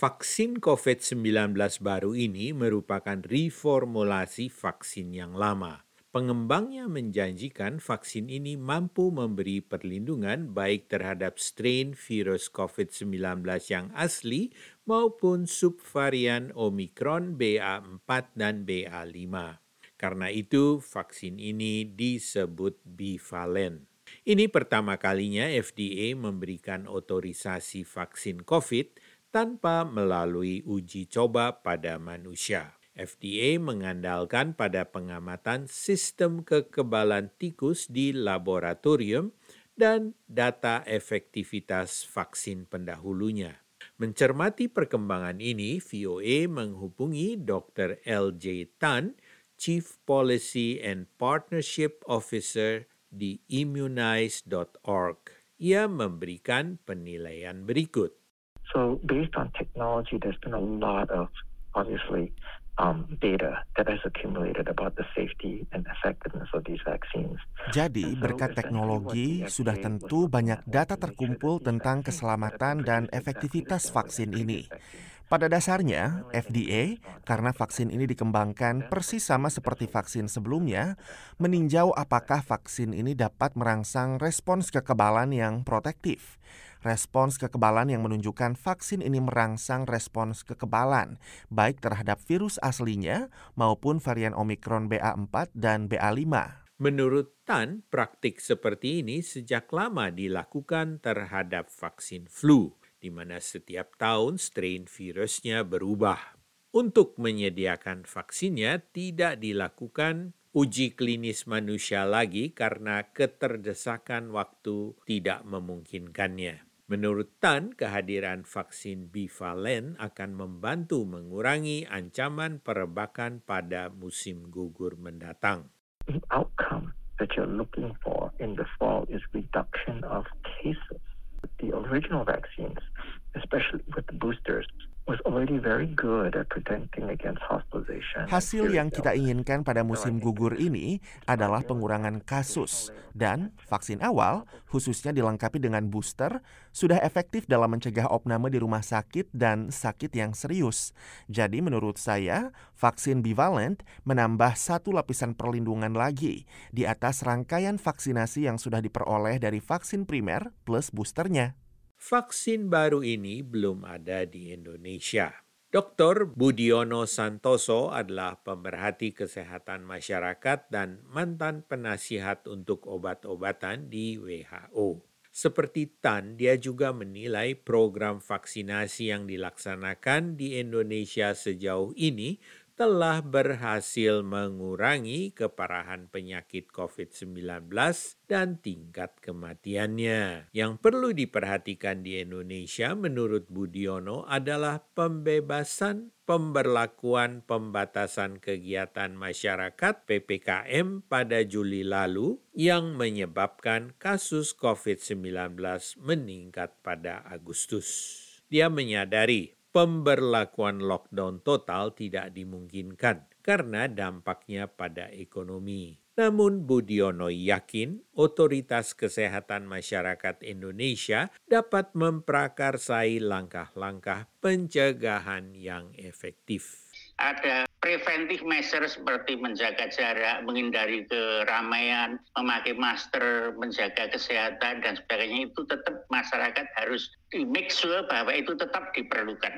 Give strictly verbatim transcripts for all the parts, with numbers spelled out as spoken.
Vaksin covid sembilan belas baru ini merupakan reformulasi vaksin yang lama. Pengembangnya menjanjikan vaksin ini mampu memberi perlindungan baik terhadap strain virus covid sembilan belas yang asli maupun subvarian Omicron B A empat dan B A lima. Karena itu, vaksin ini disebut bivalen. Ini pertama kalinya F D A memberikan otorisasi vaksin COVID tanpa melalui uji coba pada manusia. F D A mengandalkan pada pengamatan sistem kekebalan tikus di laboratorium dan data efektivitas vaksin pendahulunya. Mencermati perkembangan ini, V O A menghubungi dokter L J Tan, Chief Policy and Partnership Officer di immunize dot org. Ia memberikan penilaian berikut. So based on technology, there's been a lot of, obviously, um, data that has accumulated about the safety and effectiveness of these vaccines. Jadi, berkat teknologi, sudah tentu banyak data terkumpul tentang keselamatan dan efektivitas vaksin ini. Pada dasarnya, F D A, karena vaksin ini dikembangkan persis sama seperti vaksin sebelumnya, meninjau apakah vaksin ini dapat merangsang respons kekebalan yang protektif. Respons kekebalan yang menunjukkan vaksin ini merangsang respons kekebalan, baik terhadap virus aslinya maupun varian Omicron B A empat dan B A lima. Menurut Tan, praktik seperti ini sejak lama dilakukan terhadap vaksin flu, di mana setiap tahun strain virusnya berubah. Untuk menyediakan vaksinnya tidak dilakukan uji klinis manusia lagi karena keterdesakan waktu tidak memungkinkannya. Menurut Tan, kehadiran vaksin bivalen akan membantu mengurangi ancaman perebakan pada musim gugur mendatang. The outcome that you're looking for in the fall is reduction of cases. The original vaccines, especially with the boosters, was already very good at protecting against hospitalization. Hasil yang kita inginkan pada musim gugur ini adalah pengurangan kasus, dan vaksin awal, khususnya dilengkapi dengan booster, sudah efektif dalam mencegah opname di rumah sakit dan sakit yang serius. Jadi menurut saya, vaksin bivalent menambah satu lapisan perlindungan lagi di atas rangkaian vaksinasi yang sudah diperoleh dari vaksin primer plus boosternya. Vaksin baru ini belum ada di Indonesia. dokter Budiono Santoso adalah pemerhati kesehatan masyarakat dan mantan penasihat untuk obat-obatan di W H O. Seperti Tan, dia juga menilai program vaksinasi yang dilaksanakan di Indonesia sejauh ini telah berhasil mengurangi keparahan penyakit covid sembilan belas dan tingkat kematiannya. Yang perlu diperhatikan di Indonesia menurut Budiono adalah pembebasan pemberlakuan pembatasan kegiatan masyarakat P P K M pada Juli lalu yang menyebabkan kasus covid sembilan belas meningkat pada Agustus. Dia menyadari pemberlakuan lockdown total tidak dimungkinkan karena dampaknya pada ekonomi. Namun Budiono yakin otoritas kesehatan masyarakat Indonesia dapat memprakarsai langkah-langkah pencegahan yang efektif. Ada preventive measure seperti menjaga jarak, menghindari keramaian, memakai masker, menjaga kesehatan dan sebagainya, itu tetap masyarakat harus di make sure bahwa itu tetap diperlukan.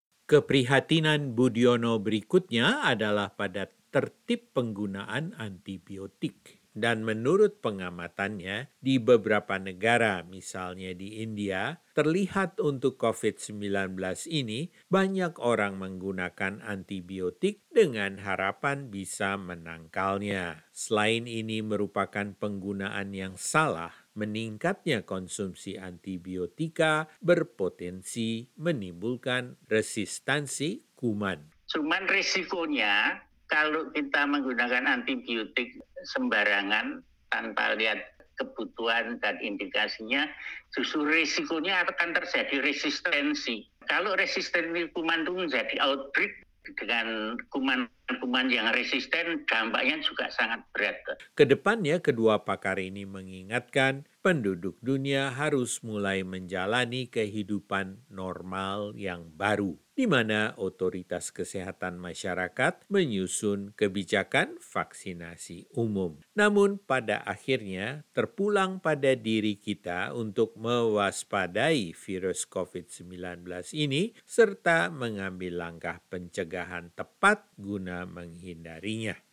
Keprihatinan Budiono berikutnya adalah pada tertib penggunaan antibiotik. Dan menurut pengamatannya, di beberapa negara, misalnya di India, terlihat untuk covid sembilan belas ini banyak orang menggunakan antibiotik dengan harapan bisa menangkalnya. Selain ini merupakan penggunaan yang salah, meningkatnya konsumsi antibiotika berpotensi menimbulkan resistansi kuman. Cuman risikonya kalau kita menggunakan antibiotik sembarangan tanpa lihat kebutuhan dan indikasinya, justru risikonya akan terjadi resistensi. Kalau resistensi kuman itu menjadi outbreak dengan kuman-kuman yang resisten, dampaknya juga sangat berat. Kedepannya, kedua pakar ini mengingatkan penduduk dunia harus mulai menjalani kehidupan normal yang baru, di mana otoritas kesehatan masyarakat menyusun kebijakan vaksinasi umum. Namun pada akhirnya terpulang pada diri kita untuk mewaspadai virus covid sembilan belas ini serta mengambil langkah pencegahan tepat guna menghindarinya.